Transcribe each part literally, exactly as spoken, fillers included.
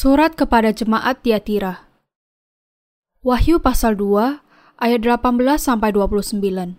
Surat kepada Jemaat Tiatira. Wahyu pasal dua ayat delapan belas sampai dua puluh sembilan.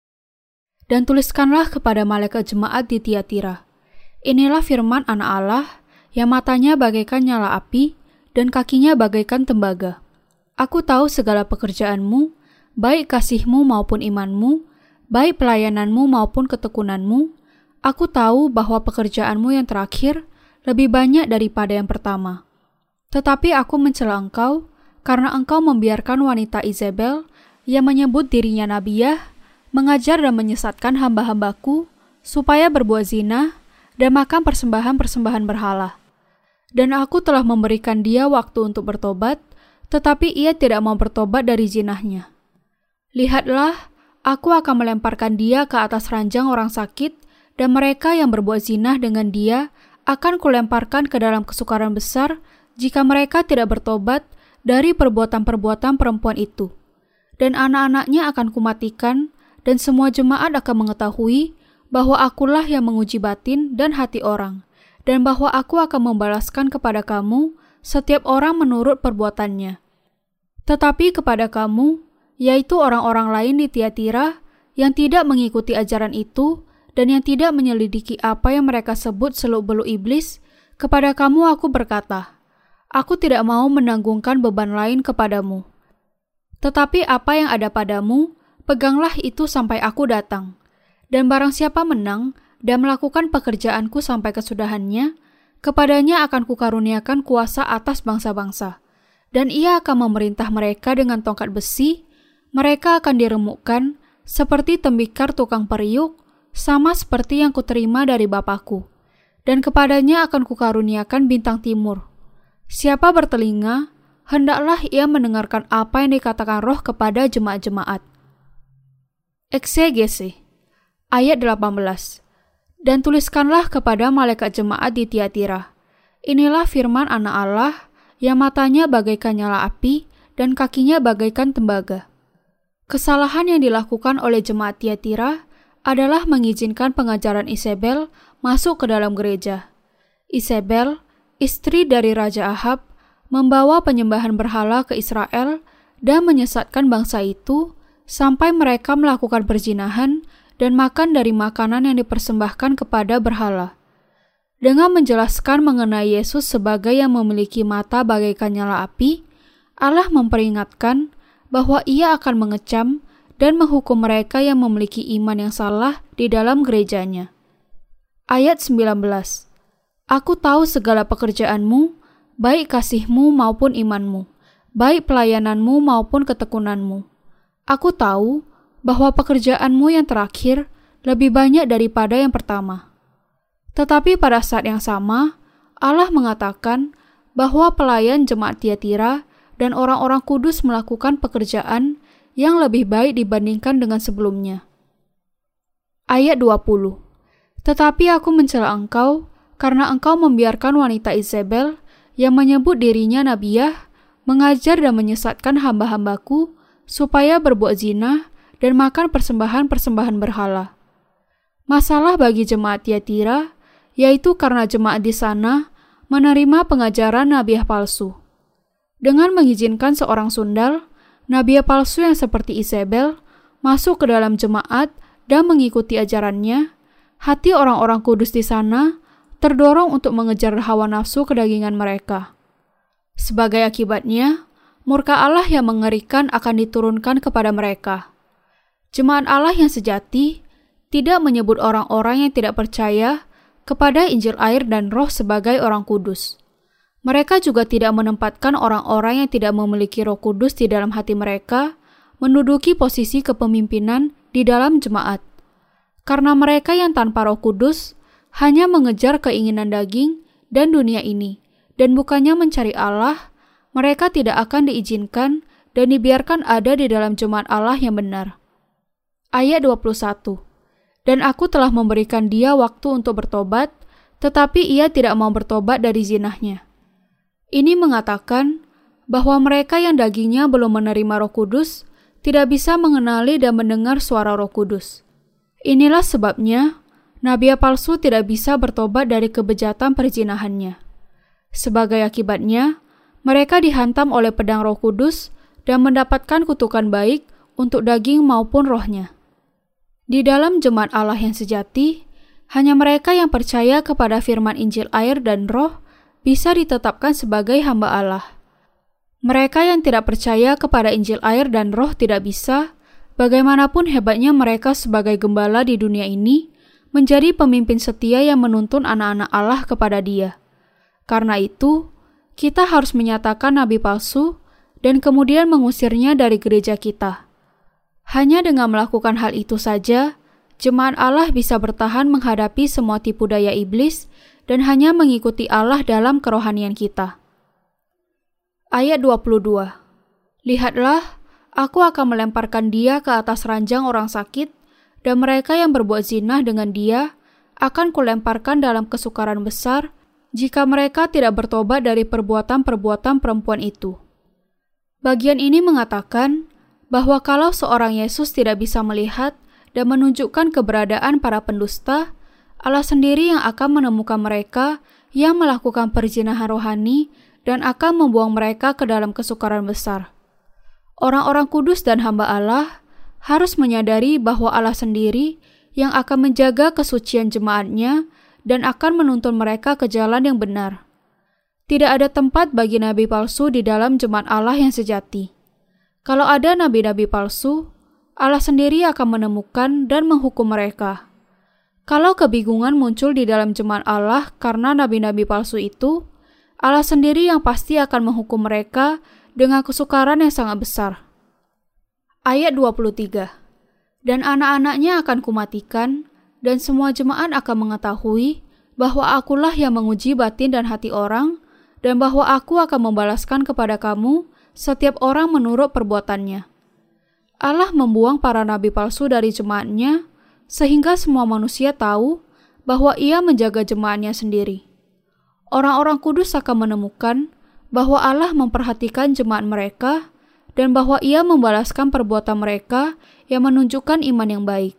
Dan tuliskanlah kepada malaikat jemaat di Tiatira. Inilah firman Anak Allah yang matanya bagaikan nyala api dan kakinya bagaikan tembaga. Aku tahu segala pekerjaanmu, baik kasihmu maupun imanmu, baik pelayananmu maupun ketekunanmu. Aku tahu bahwa pekerjaanmu yang terakhir lebih banyak daripada yang pertama. Tetapi aku mencela engkau, karena engkau membiarkan wanita Izebel yang menyebut dirinya Nabiah, mengajar dan menyesatkan hamba-hambaku, supaya berbuat zina dan makan persembahan-persembahan berhala. Dan aku telah memberikan dia waktu untuk bertobat, tetapi ia tidak mau bertobat dari zinahnya. Lihatlah, aku akan melemparkan dia ke atas ranjang orang sakit, dan mereka yang berbuat zina dengan dia akan kulemparkan ke dalam kesukaran besar, jika mereka tidak bertobat dari perbuatan-perbuatan perempuan itu. Dan anak-anaknya akan kumatikan, dan semua jemaat akan mengetahui bahwa akulah yang menguji batin dan hati orang, dan bahwa aku akan membalaskan kepada kamu setiap orang menurut perbuatannya. Tetapi kepada kamu, yaitu orang-orang lain di Tiatira, yang tidak mengikuti ajaran itu, dan yang tidak menyelidiki apa yang mereka sebut seluk-beluk iblis, kepada kamu aku berkata, aku tidak mau menanggungkan beban lain kepadamu. Tetapi apa yang ada padamu, peganglah itu sampai aku datang. Dan barang siapa menang dan melakukan pekerjaanku sampai kesudahannya, kepadanya akan kukaruniakan kuasa atas bangsa-bangsa. Dan ia akan memerintah mereka dengan tongkat besi, mereka akan diremukkan seperti tembikar tukang periuk, sama seperti yang kuterima dari Bapakku. Dan kepadanya akan kukaruniakan bintang timur. Siapa bertelinga, hendaklah ia mendengarkan apa yang dikatakan Roh kepada jemaat-jemaat. Eksegese. Ayat delapan belas. Dan tuliskanlah kepada malaikat jemaat di Tiatira. Inilah firman Anak Allah yang matanya bagaikan nyala api dan kakinya bagaikan tembaga. Kesalahan yang dilakukan oleh jemaat Tiatira adalah mengizinkan pengajaran Izebel masuk ke dalam gereja. Izebel, istri dari Raja Ahab, membawa penyembahan berhala ke Israel dan menyesatkan bangsa itu sampai mereka melakukan perzinahan dan makan dari makanan yang dipersembahkan kepada berhala. Dengan menjelaskan mengenai Yesus sebagai yang memiliki mata bagaikan nyala api, Allah memperingatkan bahwa ia akan mengecam dan menghukum mereka yang memiliki iman yang salah di dalam gerejanya. Ayat sembilan belas. Aku tahu segala pekerjaanmu, baik kasihmu maupun imanmu, baik pelayananmu maupun ketekunanmu. Aku tahu bahwa pekerjaanmu yang terakhir lebih banyak daripada yang pertama. Tetapi pada saat yang sama, Allah mengatakan bahwa pelayan jemaat Tiatira dan orang-orang kudus melakukan pekerjaan yang lebih baik dibandingkan dengan sebelumnya. Ayat dua puluh. Tetapi aku mencela engkau, karena engkau membiarkan wanita Izebel yang menyebut dirinya Nabiah, mengajar dan menyesatkan hamba-hambaku, supaya berbuat zina dan makan persembahan-persembahan berhala. Masalah bagi jemaat Tiatira, yaitu karena jemaat di sana menerima pengajaran Nabiah palsu. Dengan mengizinkan seorang sundal, Nabiah palsu yang seperti Izebel masuk ke dalam jemaat dan mengikuti ajarannya, hati orang-orang kudus di sana terdorong untuk mengejar hawa nafsu kedagingan mereka. Sebagai akibatnya, murka Allah yang mengerikan akan diturunkan kepada mereka. Jemaat Allah yang sejati tidak menyebut orang-orang yang tidak percaya kepada Injil air dan Roh sebagai orang kudus. Mereka juga tidak menempatkan orang-orang yang tidak memiliki Roh Kudus di dalam hati mereka menduduki posisi kepemimpinan di dalam jemaat. Karena mereka yang tanpa Roh Kudus hanya mengejar keinginan daging dan dunia ini, dan bukannya mencari Allah, mereka tidak akan diizinkan dan dibiarkan ada di dalam jemaat Allah yang benar. Ayat dua puluh satu. Dan aku telah memberikan dia waktu untuk bertobat, tetapi ia tidak mau bertobat dari zinahnya. Ini mengatakan bahwa mereka yang dagingnya belum menerima Roh Kudus tidak bisa mengenali dan mendengar suara Roh Kudus. Inilah sebabnya Nabiah palsu tidak bisa bertobat dari kebejatan perzinahannya. Sebagai akibatnya, mereka dihantam oleh pedang Roh Kudus dan mendapatkan kutukan baik untuk daging maupun rohnya. Di dalam jemaat Allah yang sejati, hanya mereka yang percaya kepada firman Injil air dan roh bisa ditetapkan sebagai hamba Allah. Mereka yang tidak percaya kepada Injil air dan roh tidak bisa, bagaimanapun hebatnya mereka sebagai gembala di dunia ini, menjadi pemimpin setia yang menuntun anak-anak Allah kepada Dia. Karena itu, kita harus menyatakan nabi palsu dan kemudian mengusirnya dari gereja kita. Hanya dengan melakukan hal itu saja, jemaat Allah bisa bertahan menghadapi semua tipu daya iblis dan hanya mengikuti Allah dalam kerohanian kita. Ayat dua puluh dua. Lihatlah, aku akan melemparkan dia ke atas ranjang orang sakit, dan mereka yang berbuat zina dengan dia akan kulemparkan dalam kesukaran besar jika mereka tidak bertobat dari perbuatan-perbuatan perempuan itu. Bagian ini mengatakan bahwa kalau seorang Yesus tidak bisa melihat dan menunjukkan keberadaan para pendusta, Allah sendiri yang akan menemukan mereka yang melakukan perzinahan rohani dan akan membuang mereka ke dalam kesukaran besar. Orang-orang kudus dan hamba Allah harus menyadari bahwa Allah sendiri yang akan menjaga kesucian jemaatnya dan akan menuntun mereka ke jalan yang benar. Tidak ada tempat bagi nabi palsu di dalam jemaat Allah yang sejati. Kalau ada nabi-nabi palsu, Allah sendiri akan menemukan dan menghukum mereka. Kalau kebingungan muncul di dalam jemaat Allah karena nabi-nabi palsu itu, Allah sendiri yang pasti akan menghukum mereka dengan kesukaran yang sangat besar. Ayat dua puluh tiga. Dan anak-anaknya akan kumatikan, dan semua jemaat akan mengetahui bahwa akulah yang menguji batin dan hati orang, dan bahwa aku akan membalaskan kepada kamu setiap orang menurut perbuatannya. Allah membuang para nabi palsu dari jemaatnya, sehingga semua manusia tahu bahwa Ia menjaga jemaatnya sendiri. Orang-orang kudus akan menemukan bahwa Allah memperhatikan jemaat mereka, dan bahwa Ia membalaskan perbuatan mereka yang menunjukkan iman yang baik.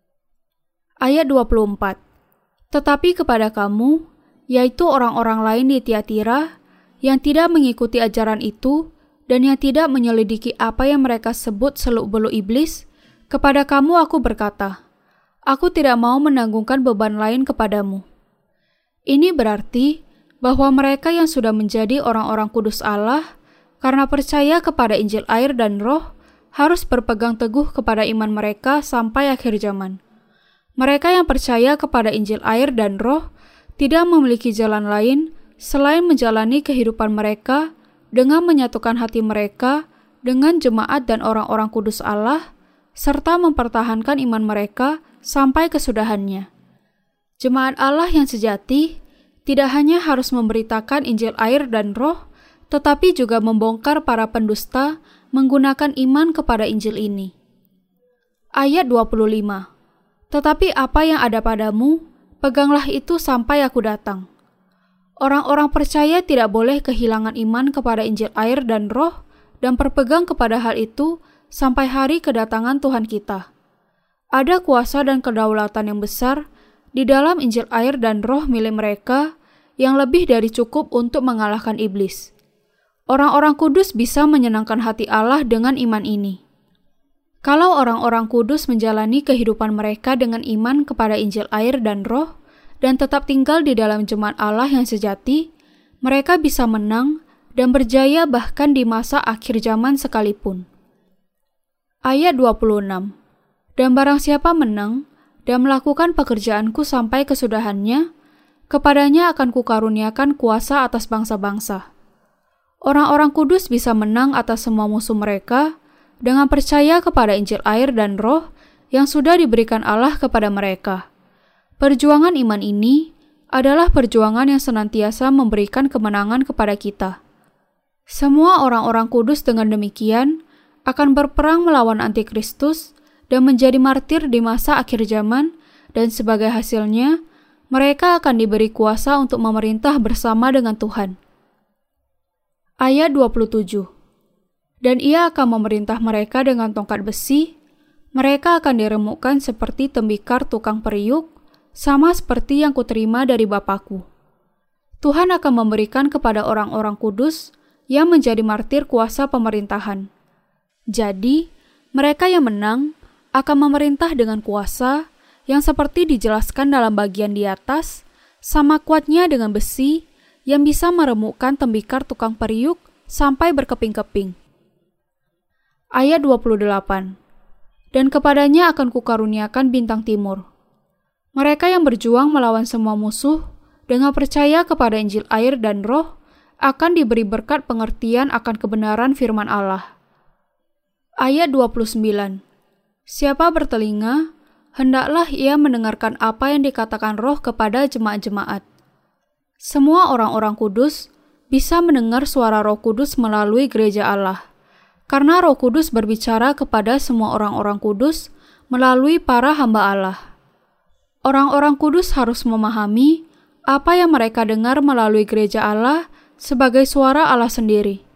Ayat dua puluh empat. Tetapi kepada kamu, yaitu orang-orang lain di Tiatira, yang tidak mengikuti ajaran itu, dan yang tidak menyelidiki apa yang mereka sebut seluk-beluk iblis, kepada kamu aku berkata, aku tidak mau menanggungkan beban lain kepadamu. Ini berarti bahwa mereka yang sudah menjadi orang-orang kudus Allah, karena percaya kepada Injil air dan roh, harus berpegang teguh kepada iman mereka sampai akhir zaman. Mereka yang percaya kepada Injil air dan roh, tidak memiliki jalan lain selain menjalani kehidupan mereka dengan menyatukan hati mereka dengan jemaat dan orang-orang kudus Allah, serta mempertahankan iman mereka sampai kesudahannya. Jemaat Allah yang sejati tidak hanya harus memberitakan Injil air dan roh, tetapi juga membongkar para pendusta menggunakan iman kepada Injil ini. Ayat dua puluh lima. Tetapi apa yang ada padamu, peganglah itu sampai aku datang. Orang-orang percaya tidak boleh kehilangan iman kepada Injil air dan roh dan berpegang kepada hal itu sampai hari kedatangan Tuhan kita. Ada kuasa dan kedaulatan yang besar di dalam Injil air dan roh milik mereka yang lebih dari cukup untuk mengalahkan iblis. Orang-orang kudus bisa menyenangkan hati Allah dengan iman ini. Kalau orang-orang kudus menjalani kehidupan mereka dengan iman kepada Injil air dan roh, dan tetap tinggal di dalam jemaat Allah yang sejati, mereka bisa menang dan berjaya bahkan di masa akhir zaman sekalipun. Ayat dua puluh enam. Dan barang siapa menang dan melakukan pekerjaanku sampai kesudahannya, kepadanya akan kukaruniakan kuasa atas bangsa-bangsa. Orang-orang kudus bisa menang atas semua musuh mereka dengan percaya kepada Injil air dan roh yang sudah diberikan Allah kepada mereka. Perjuangan iman ini adalah perjuangan yang senantiasa memberikan kemenangan kepada kita. Semua orang-orang kudus dengan demikian akan berperang melawan antikristus dan menjadi martir di masa akhir zaman, dan sebagai hasilnya, mereka akan diberi kuasa untuk memerintah bersama dengan Tuhan. Ayat dua puluh tujuh. Dan ia akan memerintah mereka dengan tongkat besi, mereka akan diremukkan seperti tembikar tukang periuk, sama seperti yang kuterima dari Bapakku. Tuhan akan memberikan kepada orang-orang kudus yang menjadi martir kuasa pemerintahan. Jadi, mereka yang menang akan memerintah dengan kuasa yang seperti dijelaskan dalam bagian di atas, sama kuatnya dengan besi yang bisa meremukkan tembikar tukang periuk sampai berkeping-keping. Ayat dua puluh delapan. Dan kepadanya akan kukaruniakan bintang timur. Mereka yang berjuang melawan semua musuh dengan percaya kepada Injil air dan roh akan diberi berkat pengertian akan kebenaran firman Allah. Ayat dua puluh sembilan. Siapa bertelinga, hendaklah ia mendengarkan apa yang dikatakan roh kepada jemaat-jemaat. Semua orang-orang kudus bisa mendengar suara Roh Kudus melalui gereja Allah, karena Roh Kudus berbicara kepada semua orang-orang kudus melalui para hamba Allah. Orang-orang kudus harus memahami apa yang mereka dengar melalui gereja Allah sebagai suara Allah sendiri.